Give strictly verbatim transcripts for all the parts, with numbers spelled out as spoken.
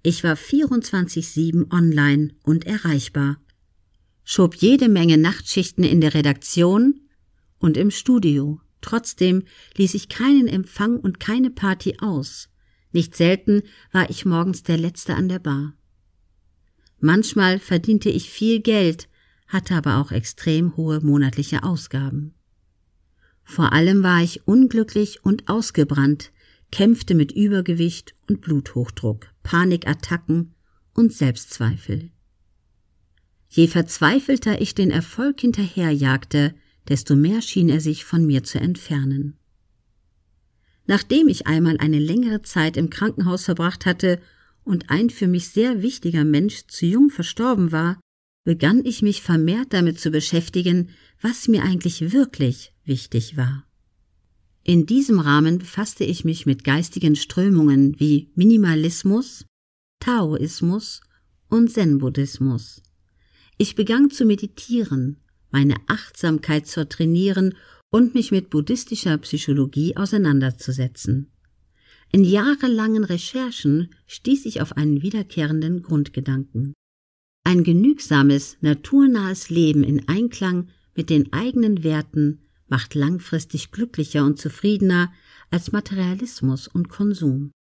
Ich war vierundzwanzig sieben online und erreichbar, schob jede Menge Nachtschichten in der Redaktion und im Studio. Trotzdem ließ ich keinen Empfang und keine Party aus. Nicht selten war ich morgens der Letzte an der Bar. Manchmal verdiente ich viel Geld, hatte aber auch extrem hohe monatliche Ausgaben. Vor allem war ich unglücklich und ausgebrannt, kämpfte mit Übergewicht und Bluthochdruck, Panikattacken und Selbstzweifel. Je verzweifelter ich den Erfolg hinterherjagte, desto mehr schien er sich von mir zu entfernen. Nachdem ich einmal eine längere Zeit im Krankenhaus verbracht hatte und ein für mich sehr wichtiger Mensch zu jung verstorben war, begann ich mich vermehrt damit zu beschäftigen, was mir eigentlich wirklich wichtig war. In diesem Rahmen befasste ich mich mit geistigen Strömungen wie Minimalismus, Taoismus und Zen-Buddhismus. Ich begann zu meditieren, meine Achtsamkeit zu trainieren und mich mit buddhistischer Psychologie auseinanderzusetzen. In jahrelangen Recherchen stieß ich auf einen wiederkehrenden Grundgedanken. Ein genügsames, naturnahes Leben in Einklang mit den eigenen Werten macht langfristig glücklicher und zufriedener als Materialismus und Konsum.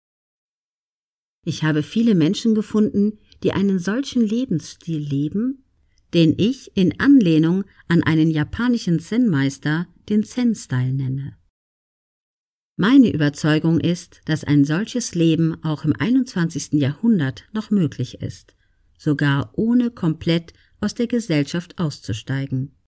Ich habe viele Menschen gefunden, die einen solchen Lebensstil leben, den ich in Anlehnung an einen japanischen Zen-Meister den Zen-Style nenne. Meine Überzeugung ist, dass ein solches Leben auch im einundzwanzigsten Jahrhundert noch möglich ist, sogar ohne komplett aus der Gesellschaft auszusteigen.